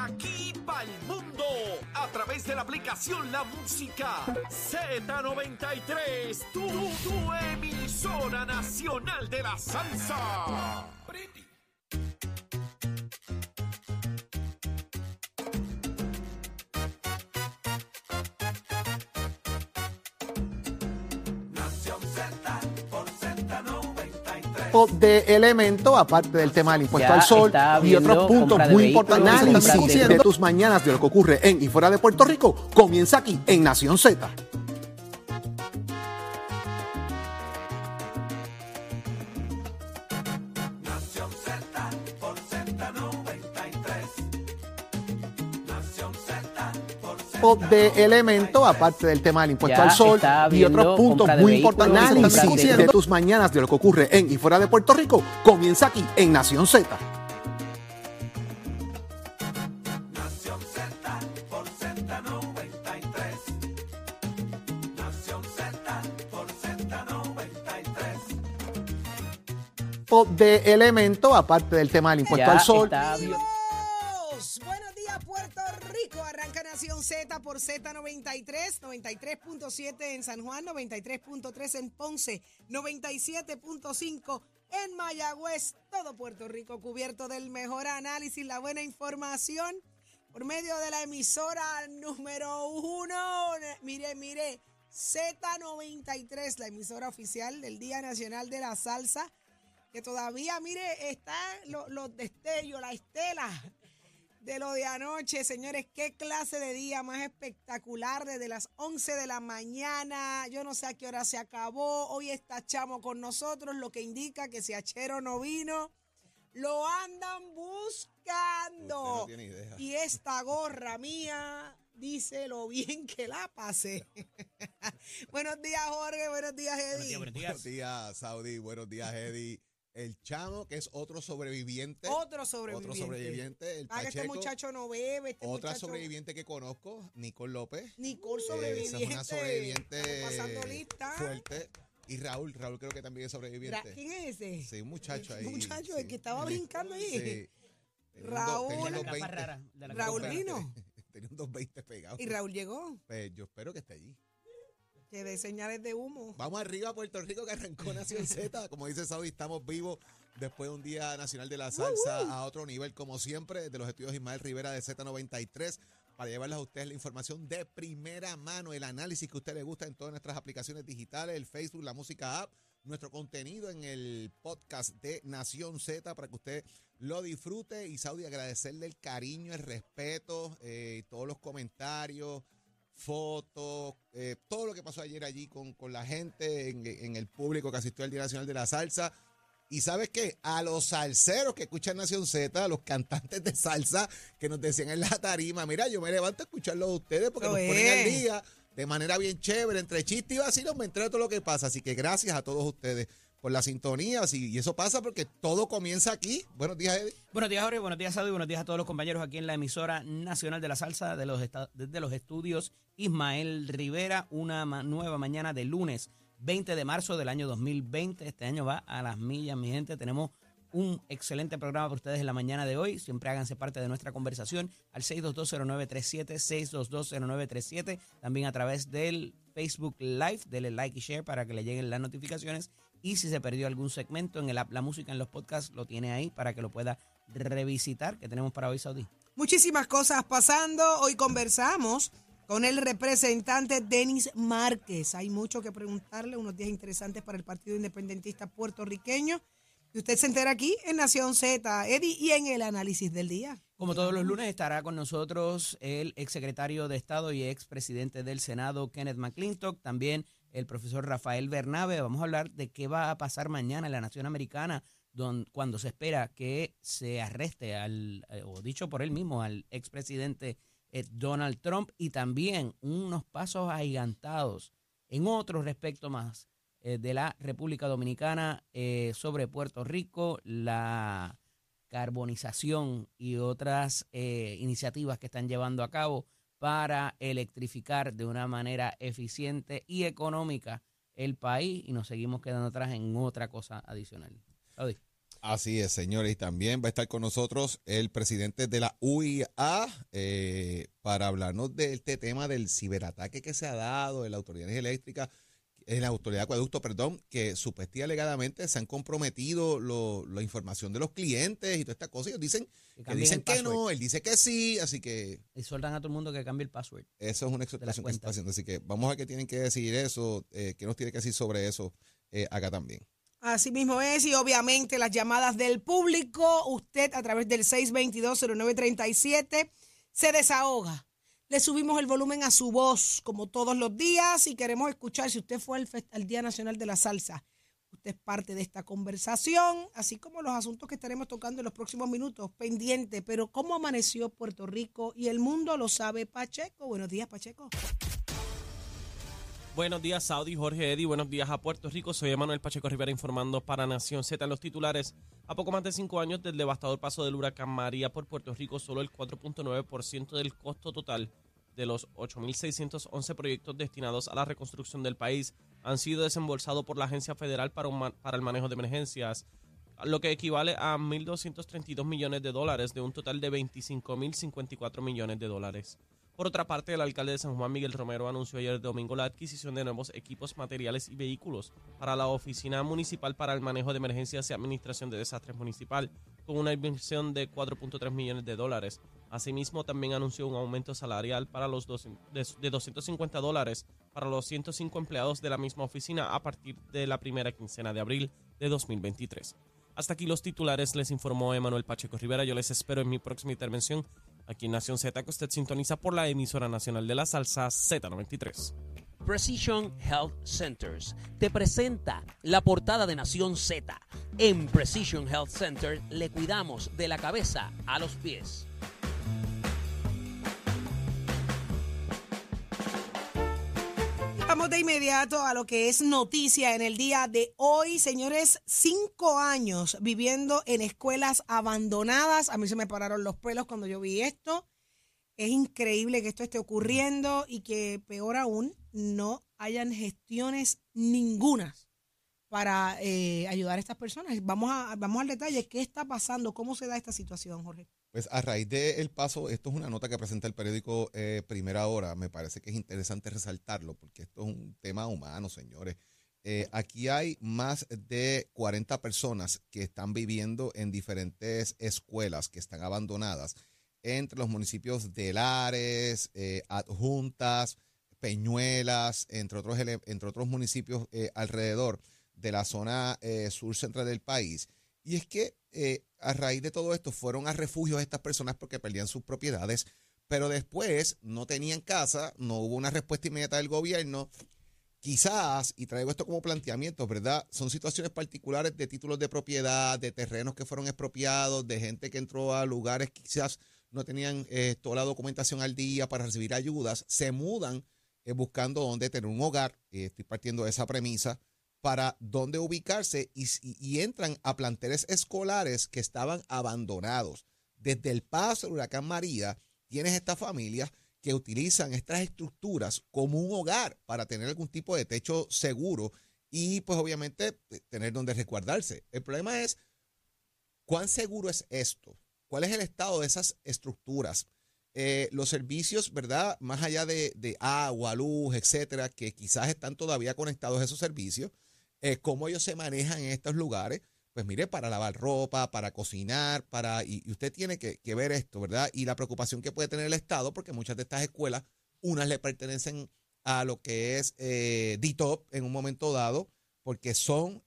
aquí para el mundo a través de la aplicación La Música Z93, tu emisora nacional de la salsa. De elemento, aparte del tema del impuesto Ya al sol está y otros viendo puntos compra de muy vehículos, importantes. compra de- Análisis de tus mañanas de lo que ocurre en y fuera de Puerto Rico comienza aquí en Nación Z. De elemento, aparte del tema del impuesto Ya al sol está y otros viendo puntos compra de muy vehículos, importantes. compra Análisis de tus mañanas de lo que ocurre en y fuera de Puerto Rico comienza aquí en Nación Z. De elemento, aparte del tema del impuesto Ya al sol. está viendo. Buenos días, Puerto Rico. Arranca Nación Z por Z93, 93.7 en San Juan, 93.3 en Ponce, 97.5 en Mayagüez. Todo Puerto Rico cubierto del mejor análisis, la buena información por medio de la emisora número 1. Mire, Z93, la emisora oficial del Día Nacional de la Salsa, que todavía, mire, están los destellos, la estela de lo de anoche. Señores, qué clase de día más espectacular, desde las 11 de la mañana. Yo no sé a qué hora se acabó. Hoy está Chamo con nosotros, lo que indica que si Achero no vino, lo andan buscando. Usted no tiene idea. Y esta gorra mía dice lo bien que la pasé. Buenos días, Jorge. Buenos días, Eddie. Buenos días, Saudi. Buenos días, Eddie. El Chamo, que es otro sobreviviente. Otro sobreviviente. El Ah, que este Pacheco. muchacho no bebe. Otra muchacho... sobreviviente que conozco, Nicole López. Nicole Esa sobreviviente. es una sobreviviente Pasando lista. fuerte. Y Raúl creo que también es sobreviviente. ¿Quién es ese? Sí, un muchacho ahí. Un muchacho, sí. el que estaba brincando ahí. Sí. Raúl. Tenía un La capa 220. rara, de la Raúl capa vino. Tenía un 220 pegado. Y Raúl llegó. Pues yo espero que esté allí. Que de señales de humo. Vamos arriba a Puerto Rico, que arrancó Nación Z. Como dice Saudi, estamos vivos después de un Día Nacional de la Salsa a otro nivel, como siempre, de los estudios Ismael Rivera de Z93, para llevarles a ustedes la información de primera mano, el análisis que a usted le gusta en todas nuestras aplicaciones digitales, el Facebook, la música app, nuestro contenido en el podcast de Nación Z, para que usted lo disfrute. Y Saudi, agradecerle el cariño, el respeto, todos los comentarios, fotos, todo lo que pasó ayer allí con la gente, en el público que asistió al Día Nacional de la Salsa. Y ¿sabes qué? A los salseros que escuchan Nación Z, a los cantantes de salsa que nos decían en la tarima, mira, yo me levanto a escucharlos a ustedes porque nos ponen al día de manera bien chévere, entre chiste y vacilo, me entero de todo lo que pasa. Así que gracias a todos ustedes por la sintonía. Y eso pasa porque todo comienza aquí. Buenos días, Eddie. Buenos días, Jorge. Buenos días, Saudi. Buenos días a todos los compañeros aquí en la emisora nacional de la salsa desde los estudios Ismael Rivera. Una nueva mañana de lunes 20 de marzo del año 2020. Este año va a las millas, mi gente. Tenemos un excelente programa para ustedes en la mañana de hoy. Siempre háganse parte de nuestra conversación al 6220937, 6220937. También a través del Facebook Live. Denle like y share para que le lleguen las notificaciones. Y si se perdió algún segmento en el app La Música, en los podcasts, lo tiene ahí para que lo pueda revisitar. ¿Qué tenemos para hoy, Saudi? Muchísimas cosas pasando. Hoy conversamos con el representante Denis Márquez. Hay mucho que preguntarle, unos días interesantes para el Partido Independentista puertorriqueño. Y usted se entera aquí en Nación Z, Eddie, y en el análisis del día. Como todos los lunes estará con nosotros el exsecretario de Estado y expresidente del Senado, Kenneth McClintock, también el profesor Rafael Bernabe. Vamos a hablar de qué va a pasar mañana en la Nación Americana, cuando se espera que se arreste o dicho por él mismo, al expresidente Donald Trump, y también unos pasos agigantados en otro respecto más de la República Dominicana sobre Puerto Rico, la carbonización y otras iniciativas que están llevando a cabo para electrificar de una manera eficiente y económica el país, y nos seguimos quedando atrás en otra cosa adicional. Saudi. Así es, señores, y también va a estar con nosotros el presidente de la UIA para hablarnos de este tema del ciberataque que se ha dado en la Autoridad Eléctrica, en la Autoridad de Acueducto, perdón, que supuestamente y alegadamente se han comprometido la información de los clientes y toda esta cosa. Ellos dicen que no, él dice que sí, así que... Y sueltan a todo el mundo que cambie el password. Eso es una exhortación que se está haciendo, así que vamos a ver qué tienen que decir eso, qué nos tiene que decir sobre eso acá también. Así mismo es, y obviamente las llamadas del público, usted a través del 622-0937 se desahoga. Le subimos el volumen a su voz, como todos los días, y queremos escuchar, si usted fue al Día Nacional de la Salsa, usted es parte de esta conversación, así como los asuntos que estaremos tocando en los próximos minutos, pendiente, pero ¿cómo amaneció Puerto Rico? Y el mundo lo sabe Pacheco. Buenos días, Pacheco. Buenos días, Saudi, Jorge, Eddy. Buenos días a Puerto Rico. Soy Emanuel Pacheco Rivera informando para Nación Z en los titulares. A poco más de 5 años del devastador paso del huracán María por Puerto Rico, solo el 4.9% del costo total de los 8.611 proyectos destinados a la reconstrucción del país han sido desembolsados por la Agencia Federal para el Manejo de Emergencias, lo que equivale a 1.232 millones de dólares de un total de 25.054 millones de dólares. Por otra parte, el alcalde de San Juan, Miguel Romero, anunció ayer domingo la adquisición de nuevos equipos, materiales y vehículos para la Oficina Municipal para el Manejo de Emergencias y Administración de Desastres Municipal, con una inversión de 4.3 millones de dólares. Asimismo, también anunció un aumento salarial para de $250 para los 105 empleados de la misma oficina a partir de la primera quincena de abril de 2023. Hasta aquí los titulares, les informó Emanuel Pacheco Rivera. Yo les espero en mi próxima intervención aquí en Nación Z, que usted sintoniza por la emisora nacional de la salsa Z93. Precision Health Centers te presenta la portada de Nación Z. En Precision Health Center le cuidamos de la cabeza a los pies. Vamos de inmediato a lo que es noticia en el día de hoy. Señores, 5 años viviendo en escuelas abandonadas. A mí se me pararon los pelos cuando yo vi esto. Es increíble que esto esté ocurriendo y que, peor aún, no hayan gestiones ningunas para ayudar a estas personas. Vamos al detalle. ¿Qué está pasando? ¿Cómo se da esta situación, Jorge? Pues a raíz del paso, esto es una nota que presenta el periódico Primera Hora. Me parece que es interesante resaltarlo porque esto es un tema humano, señores. Aquí hay más de 40 personas que están viviendo en diferentes escuelas que están abandonadas entre los municipios de Lares, Adjuntas, Peñuelas, entre otros municipios alrededor de la zona sur central del país. Y es que a raíz de todo esto fueron a refugios estas personas porque perdían sus propiedades, pero después no tenían casa, no hubo una respuesta inmediata del gobierno. Quizás, y traigo esto como planteamiento, ¿verdad? Son situaciones particulares de títulos de propiedad, de terrenos que fueron expropiados, de gente que entró a lugares que quizás no tenían toda la documentación al día para recibir ayudas, se mudan buscando dónde tener un hogar, estoy partiendo de esa premisa, para dónde ubicarse y entran a planteles escolares que estaban abandonados. Desde el paso del huracán María, tienes estas familias que utilizan estas estructuras como un hogar para tener algún tipo de techo seguro y pues obviamente tener donde resguardarse. El problema es, ¿cuán seguro es esto? ¿Cuál es el estado de esas estructuras? Los servicios, ¿verdad? Más allá de agua, luz, etcétera, que quizás están todavía conectados a esos servicios, cómo ellos se manejan en estos lugares, pues mire, para lavar ropa, para cocinar, y usted tiene que ver esto, ¿verdad? Y la preocupación que puede tener el Estado, porque muchas de estas escuelas, unas le pertenecen a lo que es DITOP en un momento dado, porque son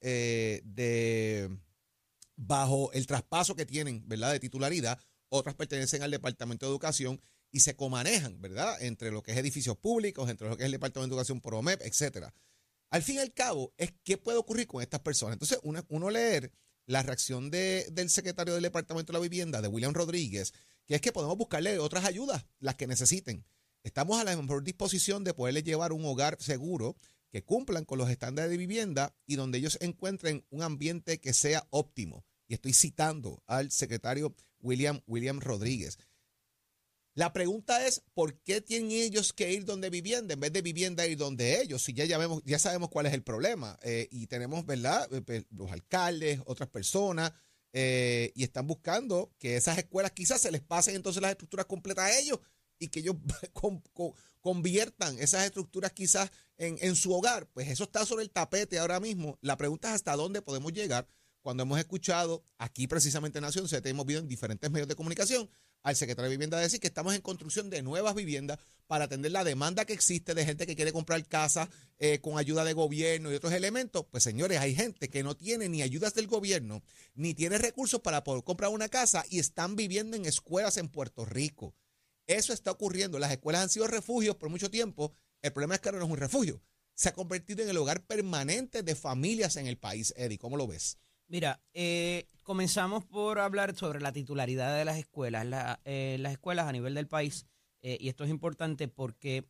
bajo el traspaso que tienen, ¿verdad?, de titularidad, otras pertenecen al Departamento de Educación y se comanejan, ¿verdad?, entre lo que es edificios públicos, entre lo que es el Departamento de Educación por OMEP, etcétera. Al fin y al cabo, es qué puede ocurrir con estas personas. Entonces, uno leer la reacción del secretario del Departamento de la Vivienda, de William Rodríguez, que es que podemos buscarle otras ayudas, las que necesiten. Estamos a la mejor disposición de poderles llevar un hogar seguro, que cumplan con los estándares de vivienda y donde ellos encuentren un ambiente que sea óptimo. Y estoy citando al secretario William Rodríguez. La pregunta es, ¿por qué tienen ellos que ir donde vivienda en vez de vivienda ir donde ellos? Si ya sabemos cuál es el problema y tenemos, ¿verdad?, los alcaldes, otras personas y están buscando que esas escuelas quizás se les pasen entonces las estructuras completas a ellos y que ellos conviertan esas estructuras quizás en su hogar. Pues eso está sobre el tapete ahora mismo. La pregunta es hasta dónde podemos llegar cuando hemos escuchado aquí precisamente en Nación Z, hemos visto en diferentes medios de comunicación al secretario de Vivienda decir que estamos en construcción de nuevas viviendas para atender la demanda que existe de gente que quiere comprar casa con ayuda de gobierno y otros elementos. Pues señores, hay gente que no tiene ni ayudas del gobierno, ni tiene recursos para poder comprar una casa y están viviendo en escuelas en Puerto Rico. Eso está ocurriendo. Las escuelas han sido refugios por mucho tiempo. El problema es que ahora no es un refugio. Se ha convertido en el hogar permanente de familias en el país. Eddie, ¿cómo lo ves? Mira, comenzamos por hablar sobre la titularidad de las escuelas. Las escuelas a nivel del país, y esto es importante porque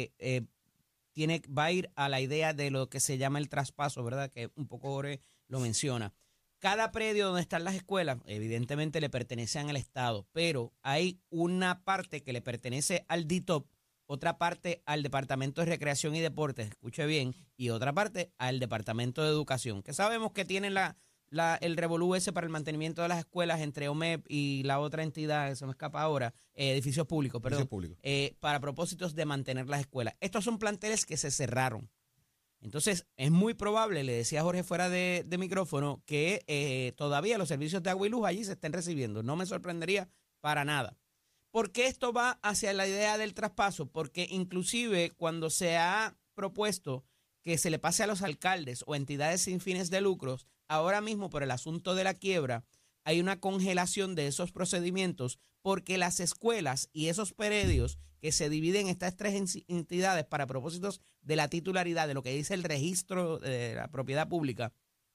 va a ir a la idea de lo que se llama el traspaso, ¿verdad? Que un poco Jorge lo menciona. Cada predio donde están las escuelas, evidentemente le pertenecen al Estado, pero hay una parte que le pertenece al DITOP, otra parte al Departamento de Recreación y Deportes, escuche bien, y otra parte al Departamento de Educación, que sabemos que tienen el revolú ese para el mantenimiento de las escuelas entre OMEP y la otra entidad, que se me escapa ahora, edificios públicos, perdón, para propósitos de mantener las escuelas. Estos son planteles que se cerraron. Entonces, es muy probable, le decía Jorge fuera de micrófono, que todavía los servicios de agua y luz allí se estén recibiendo. No me sorprendería para nada. ¿Por qué esto va hacia la idea del traspaso? Porque inclusive cuando se ha propuesto que se le pase a los alcaldes o entidades sin fines de lucros, ahora mismo por el asunto de la quiebra, hay una congelación de esos procedimientos porque las escuelas y esos predios que se dividen en estas tres entidades para propósitos de la titularidad, de lo que dice el registro de la propiedad pública,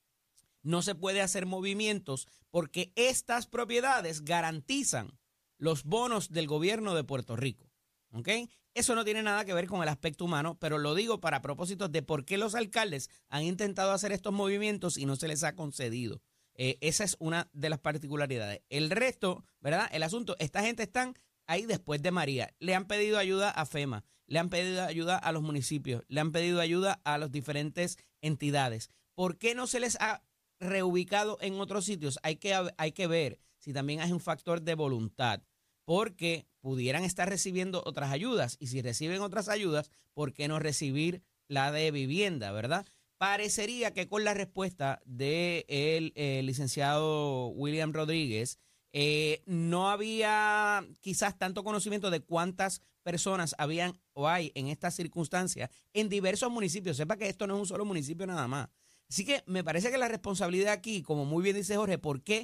no se puede hacer movimientos porque estas propiedades garantizan los bonos del gobierno de Puerto Rico. ¿Ok? Eso no tiene nada que ver con el aspecto humano, pero lo digo para propósitos de por qué los alcaldes han intentado hacer estos movimientos y no se les ha concedido. Esa es una de las particularidades. El resto, ¿verdad? El asunto, esta gente están ahí después de María. Le han pedido ayuda a FEMA, le han pedido ayuda a los municipios, le han pedido ayuda a las diferentes entidades. ¿Por qué no se les ha reubicado en otros sitios? Hay que ver si también hay un factor de voluntad, porque pudieran estar recibiendo otras ayudas. Y si reciben otras ayudas, ¿por qué no recibir la de vivienda, verdad? Parecería que con la respuesta del licenciado William Rodríguez, no había quizás tanto conocimiento de cuántas personas habían o hay en estas circunstancias en diversos municipios. Sepa que esto no es un solo municipio nada más. Así que me parece que la responsabilidad aquí, como muy bien dice Jorge, ¿por qué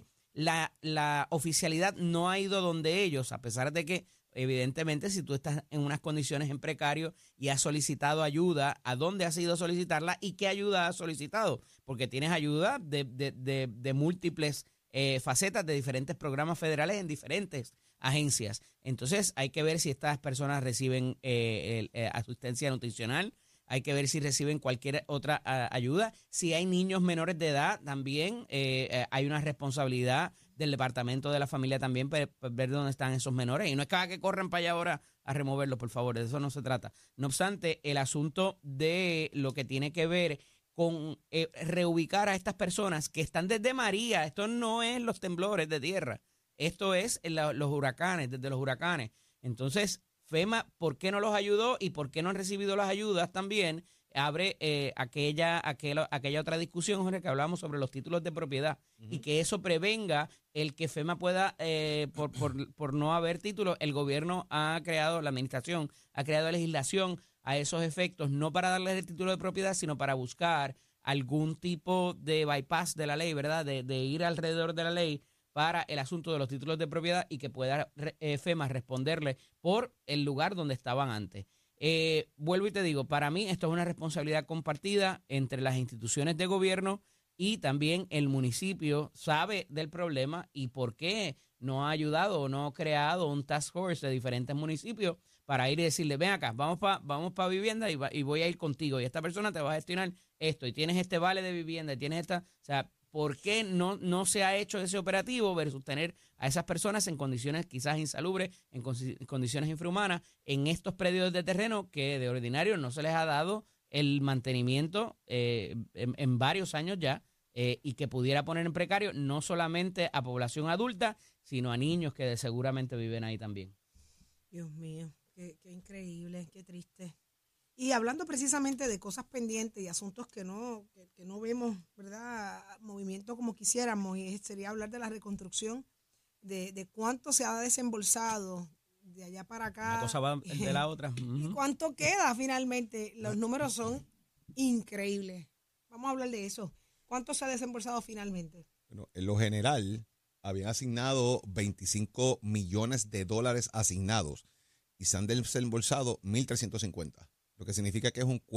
la oficialidad no ha ido donde ellos? A pesar de que, evidentemente, si tú estás en unas condiciones en precario y has solicitado ayuda, ¿a dónde has ido a solicitarla y qué ayuda has solicitado? Porque tienes ayuda de múltiples facetas de diferentes programas federales en diferentes agencias. Entonces, hay que ver si estas personas reciben asistencia nutricional. Hay que ver si reciben cualquier otra ayuda. Si hay niños menores de edad, también hay una responsabilidad del Departamento de la Familia también para ver dónde están esos menores. Y no es que corran para allá ahora a removerlos, por favor, de eso no se trata. No obstante, el asunto de lo que tiene que ver con reubicar a estas personas que están desde María, esto no es los temblores de tierra, esto es los huracanes, desde los huracanes. Entonces, FEMA, ¿por qué no los ayudó y por qué no han recibido las ayudas también? Abre aquella otra discusión, Jorge, que hablamos sobre los títulos de propiedad y que eso prevenga el que FEMA pueda, por no haber títulos, el gobierno ha creado, la administración ha creado legislación a esos efectos, no para darles el título de propiedad, sino para buscar algún tipo de bypass de la ley, ¿verdad? De ir alrededor de la ley para el asunto de los títulos de propiedad y que pueda FEMA responderle por el lugar donde estaban antes. Vuelvo y te digo, para mí esto es una responsabilidad compartida entre las instituciones de gobierno y también el municipio sabe del problema y por qué no ha ayudado o no ha creado un task force de diferentes municipios para ir y decirle, ven acá, vamos pa vivienda y voy a ir contigo y esta persona te va a gestionar esto y tienes este vale de vivienda y tienes esta, o sea, ¿por qué no se ha hecho ese operativo versus tener a esas personas en condiciones quizás insalubres, en condiciones infrahumanas, en estos predios de terreno que de ordinario no se les ha dado el mantenimiento en varios años ya y que pudiera poner en precario no solamente a población adulta, sino a niños que seguramente viven ahí también. Dios mío, qué increíble, qué triste. Y hablando precisamente de cosas pendientes y asuntos que no vemos, ¿verdad? Movimiento como quisiéramos, y sería hablar de la reconstrucción, de cuánto se ha desembolsado de allá para acá. Una cosa va de la otra. ¿Y cuánto queda finalmente? Los números son increíbles. Vamos a hablar de eso. ¿Cuánto se ha desembolsado finalmente? Bueno, en lo general, habían asignado $25 millones asignados y se han desembolsado 1.350, lo que significa que es un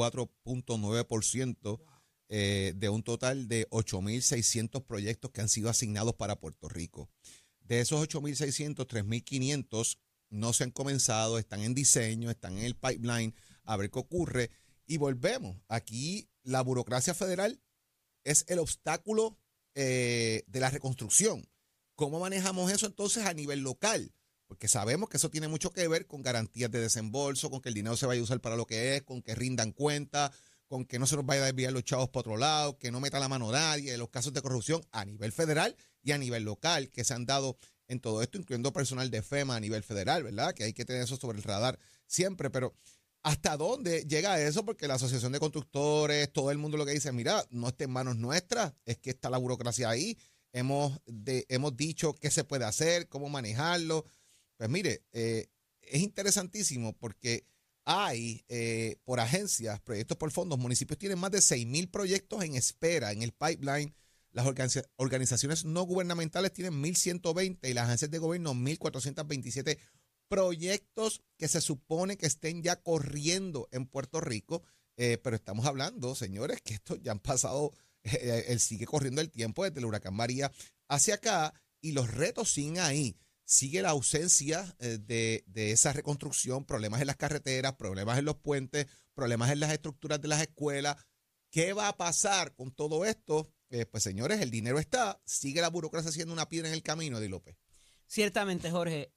4.9% de un total de 8.600 proyectos que han sido asignados para Puerto Rico. De esos 8.600, 3.500 no se han comenzado, están en diseño, están en el pipeline, a ver qué ocurre. Y volvemos, aquí la burocracia federal es el obstáculo de la reconstrucción. ¿Cómo manejamos eso entonces a nivel local? Porque sabemos que eso tiene mucho que ver con garantías de desembolso, con que el dinero se vaya a usar para lo que es, con que rindan cuenta, con que no se nos vaya a desviar los chavos para otro lado, que no meta la mano nadie, los casos de corrupción a nivel federal y a nivel local que se han dado en todo esto, incluyendo personal de FEMA a nivel federal, ¿verdad? Que hay que tener eso sobre el radar siempre, pero ¿hasta dónde llega eso? Porque la Asociación de Constructores, todo el mundo lo que dice, mira, no está en manos nuestras, es que está la burocracia ahí, hemos dicho qué se puede hacer, cómo manejarlo. Pues mire, es interesantísimo porque hay por agencias, proyectos por fondos, municipios tienen más de 6,000 proyectos en espera, en el pipeline. Las organizaciones no gubernamentales tienen 1,120 y las agencias de gobierno 1,427 proyectos que se supone que estén ya corriendo en Puerto Rico. Pero estamos hablando, señores, que esto ya han pasado, sigue corriendo el tiempo desde el huracán María hacia acá y los retos siguen ahí. Sigue la ausencia de esa reconstrucción, problemas en las carreteras, problemas en los puentes, problemas en las estructuras de las escuelas. ¿Qué va a pasar con todo esto? Pues señores, el dinero está, sigue la burocracia siendo una piedra en el camino, Eddie López. Ciertamente, Jorge,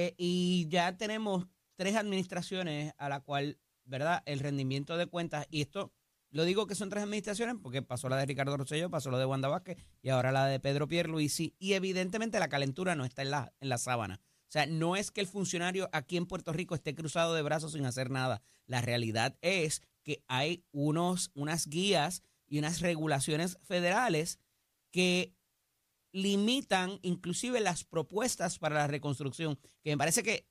y ya tenemos 3 administraciones a la cual, ¿verdad?, el rendimiento de cuentas, y esto lo digo que son 3 administraciones porque pasó la de Ricardo Rosselló, pasó lo de Wanda Vázquez y ahora la de Pedro Pierluisi, y evidentemente la calentura no está en la sábana. O sea, no es que el funcionario aquí en Puerto Rico esté cruzado de brazos sin hacer nada. La realidad es que hay unas guías y unas regulaciones federales que limitan inclusive las propuestas para la reconstrucción, que me parece que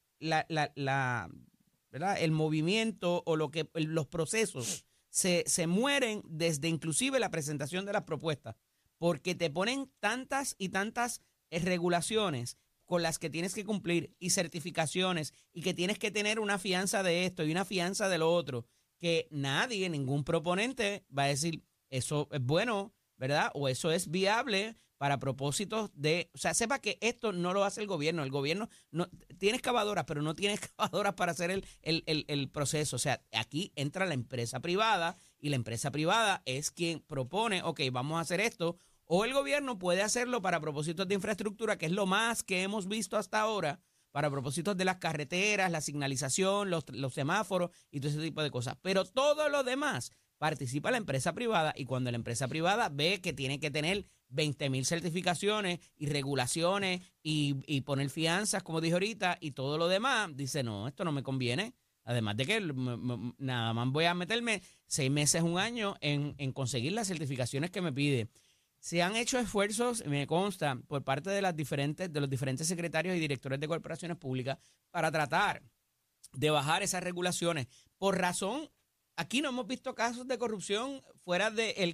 ¿verdad?, el movimiento o los procesos se mueren desde inclusive la presentación de las propuestas, porque te ponen tantas y tantas regulaciones con las que tienes que cumplir y certificaciones y que tienes que tener una fianza de esto y una fianza de lo otro, que nadie, ningún proponente va a decir eso es bueno, ¿verdad? O eso es viable para propósitos de, o sea, sepa que esto no lo hace el gobierno no tiene excavadoras, pero no tiene excavadoras para hacer el proceso. O sea, aquí entra la empresa privada y la empresa privada es quien propone, ok, vamos a hacer esto, o el gobierno puede hacerlo para propósitos de infraestructura, que es lo más que hemos visto hasta ahora, para propósitos de las carreteras, la señalización, los semáforos y todo ese tipo de cosas. Pero todo lo demás participa la empresa privada, y cuando la empresa privada ve que tiene que tener 20,000 certificaciones y regulaciones y poner fianzas, como dije ahorita, y todo lo demás, dice, no, esto no me conviene. Además de que nada más voy a meterme 6 meses, un año en conseguir las certificaciones que me pide. Se han hecho esfuerzos, me consta, por parte de los diferentes secretarios y directores de corporaciones públicas para tratar de bajar esas regulaciones. Por razón, aquí no hemos visto casos de corrupción fuera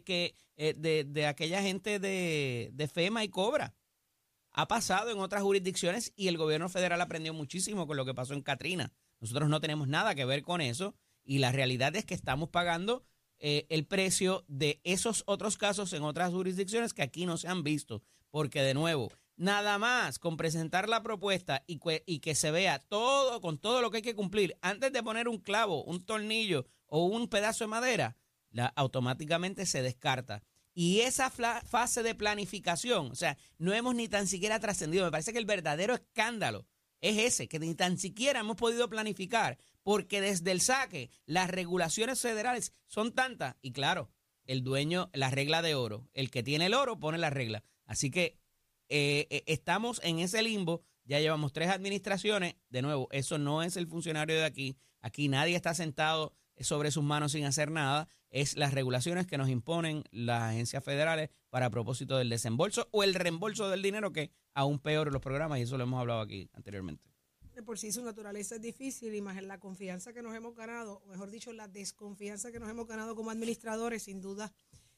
de aquella gente de FEMA y Cobra. Ha pasado en otras jurisdicciones y el gobierno federal aprendió muchísimo con lo que pasó en Katrina. Nosotros no tenemos nada que ver con eso y la realidad es que estamos pagando el precio de esos otros casos en otras jurisdicciones que aquí no se han visto. Porque, de nuevo, nada más con presentar la propuesta y que se vea todo, con todo lo que hay que cumplir, antes de poner un clavo, un tornillo o un pedazo de madera, automáticamente se descarta. Y esa fase de planificación, o sea, no hemos ni tan siquiera trascendido. Me parece que el verdadero escándalo es ese, que ni tan siquiera hemos podido planificar, porque desde el saque las regulaciones federales son tantas, y claro, el dueño, la regla de oro. El que tiene el oro pone la regla. Así que estamos en ese limbo. Ya llevamos 3 administraciones. De nuevo, eso no es el funcionario de aquí. Aquí nadie está sentado sobre sus manos sin hacer nada. Es las regulaciones que nos imponen las agencias federales para propósito del desembolso o el reembolso del dinero, que aún peor en los programas, y eso lo hemos hablado aquí anteriormente. De por sí su naturaleza es difícil, y más en la confianza que nos hemos ganado, o mejor dicho, la desconfianza que nos hemos ganado como administradores, sin duda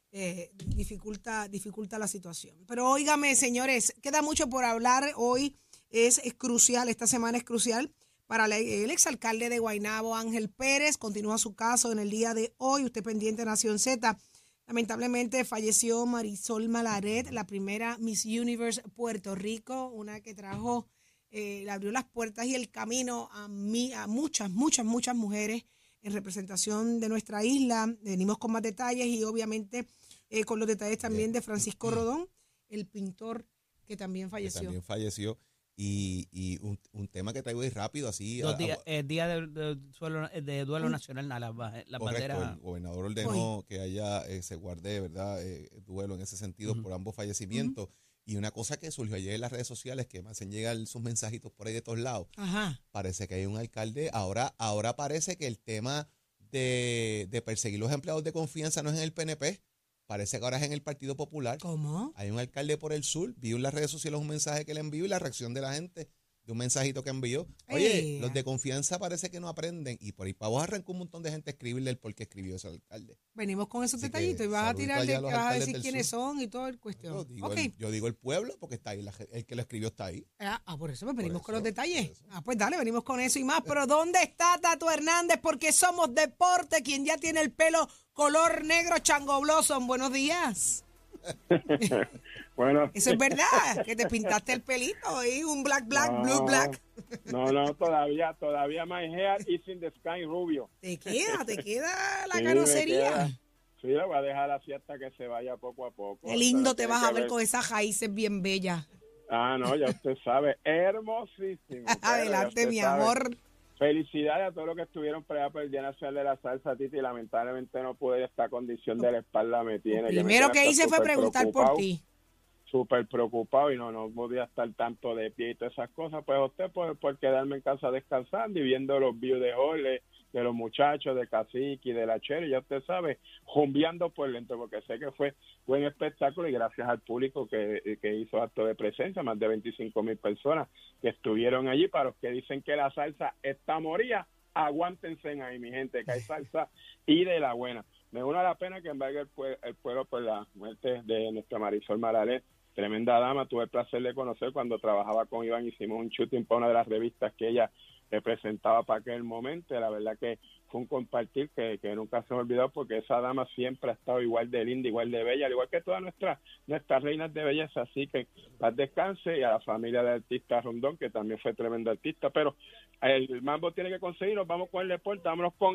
dificulta la situación. Pero óigame, señores, queda mucho por hablar. Hoy es crucial, esta semana es crucial para el exalcalde de Guaynabo, Ángel Pérez. Continúa su caso en el día de hoy. Usted pendiente, Nación Z. Lamentablemente falleció Marisol Malaret, la primera Miss Universe Puerto Rico, una que trajo, le abrió las puertas y el camino a muchas mujeres en representación de nuestra isla. Venimos con más detalles y obviamente con los detalles también de Francisco Rodón, el pintor que también falleció. Y un tema que traigo ahí rápido, así. Día de duelo nacional a la bandera. El gobernador ordenó que haya, se guarde, ¿verdad? Duelo en ese sentido por ambos fallecimientos. Y una cosa que surgió ayer en las redes sociales, que me hacen llegar sus mensajitos por ahí de todos lados. Ajá. Parece que hay un alcalde. Ahora parece que el tema de perseguir los empleados de confianza no es en el PNP. Parece que ahora es en el Partido Popular. ¿Cómo? Hay un alcalde por el sur. Vi en las redes sociales un mensaje que le envió y la reacción de la gente de un mensajito que envió. Oye, los de confianza parece que no aprenden. Y por ahí para vos arrancó un montón de gente a escribirle el por qué escribió ese alcalde. Venimos con esos detallitos y vas a tirar, vas a decir quiénes son y todo el cuestión. Yo digo el pueblo porque está ahí, el que lo escribió está ahí. Por eso venimos con los detalles. Pues dale, venimos con eso y más. Pero ¿dónde está Tato Hernández? Porque somos deporte, quien ya tiene el pelo color negro Chango Blossom. Buenos días. Bueno, eso es verdad, que te pintaste el pelito y un black, blue black. No, todavía my hair is in the sky rubio. Te queda la carrocería. Sí, lo voy a dejar así hasta que se vaya poco a poco. Qué lindo te vas a ver con esas raíces bien bellas. No, ya usted sabe, hermosísimo. Adelante, mi amor. Felicidades a todos los que estuvieron para el Día Nacional de la Salsa, Titi. Lamentablemente no pude, esta condición de la espalda me tiene. Lo primero que hice fue preguntar por ti. Súper preocupado y no podía estar tanto de pie y todas esas cosas. Pues usted por quedarme en casa descansando y viendo los views de Jorge, de los muchachos, de Cacique y de la Cherry, ya usted sabe, jumbeando por dentro, porque sé que fue buen espectáculo y gracias al público que hizo acto de presencia, más de 25,000 personas que estuvieron allí. Para los que dicen que la salsa está moría, aguántense ahí, mi gente, que hay salsa y de la buena. Me uno a la pena que embargue el pueblo por la muerte de nuestra Marisol Malaret, tremenda dama. Tuve el placer de conocer cuando trabajaba con Iván, hicimos un shooting para una de las revistas que ella representaba para aquel momento. La verdad que fue un compartir que nunca se me olvidó, porque esa dama siempre ha estado igual de linda, igual de bella, al igual que todas nuestras reinas de belleza. Así que paz descanse, y a la familia del artista Rondón, que también fue tremendo artista. Pero el mambo tiene que conseguirnos. Vamos con el deporte, vámonos con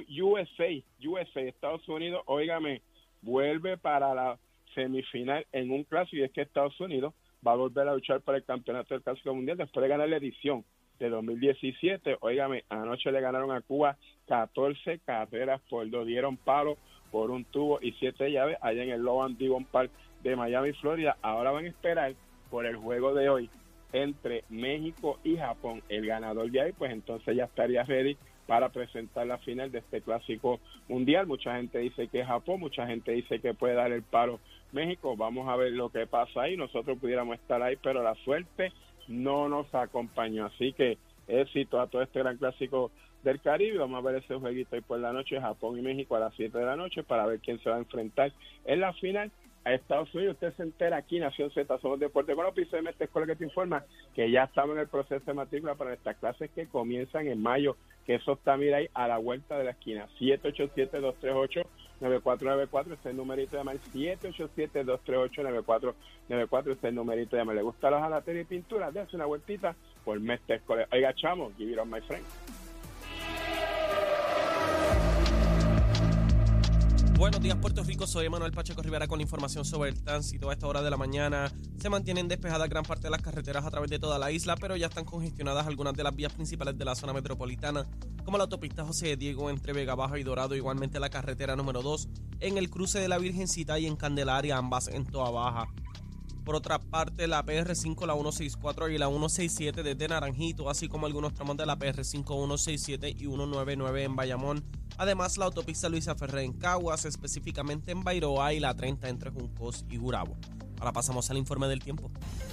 USA, Estados Unidos. Óigame, vuelve para la semifinal en un clásico, y es que Estados Unidos va a volver a luchar para el campeonato del Clásico Mundial después de ganar la edición de 2017. Óigame, anoche le ganaron a Cuba 14 carreras por 2, dieron palo por un tubo y 7 llaves allá en el Loan Devon Park de Miami, Florida. Ahora van a esperar por el juego de hoy entre México y Japón. El ganador de ahí, pues entonces ya estaría ready para presentar la final de este Clásico Mundial. Mucha gente dice que es Japón, mucha gente dice que puede dar el palo México. Vamos a ver lo que pasa ahí. Nosotros pudiéramos estar ahí, pero la suerte no nos acompañó. Así que éxito a todo este gran Clásico del Caribe. Vamos a ver ese jueguito ahí por la noche, Japón y México a las 7 de la noche, para ver quién se va a enfrentar en la final a Estados Unidos. Usted se entera aquí, Nación Z, somos Deporte con Opicem, esta escuela que te informa que ya estamos en el proceso de matrícula para estas clases que comienzan en mayo, que eso está, mira ahí, a la vuelta de la esquina. 787-238-9494, este es el numerito de llamar. 787-238-9494, este es el numerito de llamar. ¿Le gusta la jalatería y pintura? Déjase una vueltita por Mestre Escolar. Oiga, chamo, give it on, my friend. Buenos días, Puerto Rico. Soy Manuel Pacheco Rivera con la información sobre el tránsito. A esta hora de la mañana se mantienen despejadas gran parte de las carreteras a través de toda la isla, pero ya están congestionadas algunas de las vías principales de la zona metropolitana, como la autopista José Diego entre Vega Baja y Dorado, igualmente la carretera número 2 en el cruce de la Virgencita y en Candelaria, ambas en Toa Baja. Por otra parte, la PR5, la 164 y la 167 desde Naranjito, así como algunos tramos de la PR5, 167 y 199 en Bayamón. Además, la autopista Luisa Ferré en Caguas, específicamente en Bairoa, y la 30 entre Juncos y Gurabo. Ahora pasamos al informe del tiempo.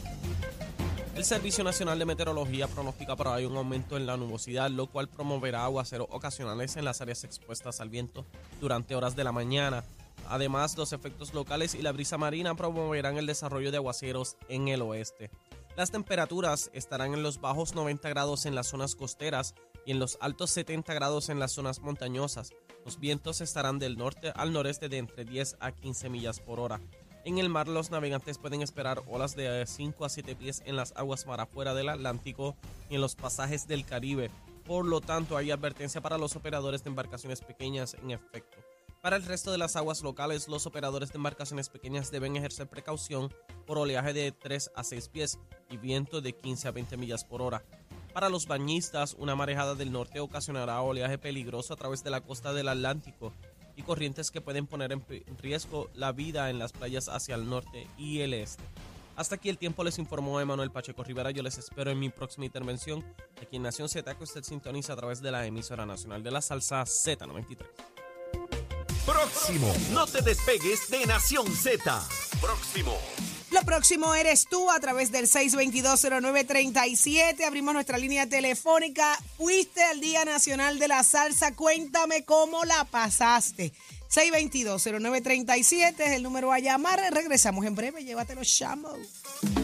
El Servicio Nacional de Meteorología pronostica para hoy un aumento en la nubosidad, lo cual promoverá aguaceros ocasionales en las áreas expuestas al viento durante horas de la mañana. Además, los efectos locales y la brisa marina promoverán el desarrollo de aguaceros en el oeste. Las temperaturas estarán en los bajos 90 grados en las zonas costeras y en los altos 70 grados en las zonas montañosas. Los vientos estarán del norte al noreste de entre 10 a 15 millas por hora. En el mar, los navegantes pueden esperar olas de 5 a 7 pies en las aguas mar afuera del Atlántico y en los pasajes del Caribe. Por lo tanto, hay advertencia para los operadores de embarcaciones pequeñas en efecto. Para el resto de las aguas locales, los operadores de embarcaciones pequeñas deben ejercer precaución por oleaje de 3 a 6 pies y viento de 15 a 20 millas por hora. Para los bañistas, una marejada del norte ocasionará oleaje peligroso a través de la costa del Atlántico y corrientes que pueden poner en riesgo la vida en las playas hacia el norte y el este. Hasta aquí el tiempo, les informó Manuel Pacheco Rivera. Yo les espero en mi próxima intervención aquí en Nación Z, que usted sintoniza a través de la emisora nacional de la salsa Z93. Próximo. No te despegues de Nación Z. Próximo. Lo próximo eres tú a través del 6220937. Abrimos nuestra línea telefónica. Fuiste al Día Nacional de la Salsa. Cuéntame cómo la pasaste. 6220937 es el número a llamar. Regresamos en breve. Llévate los chamos.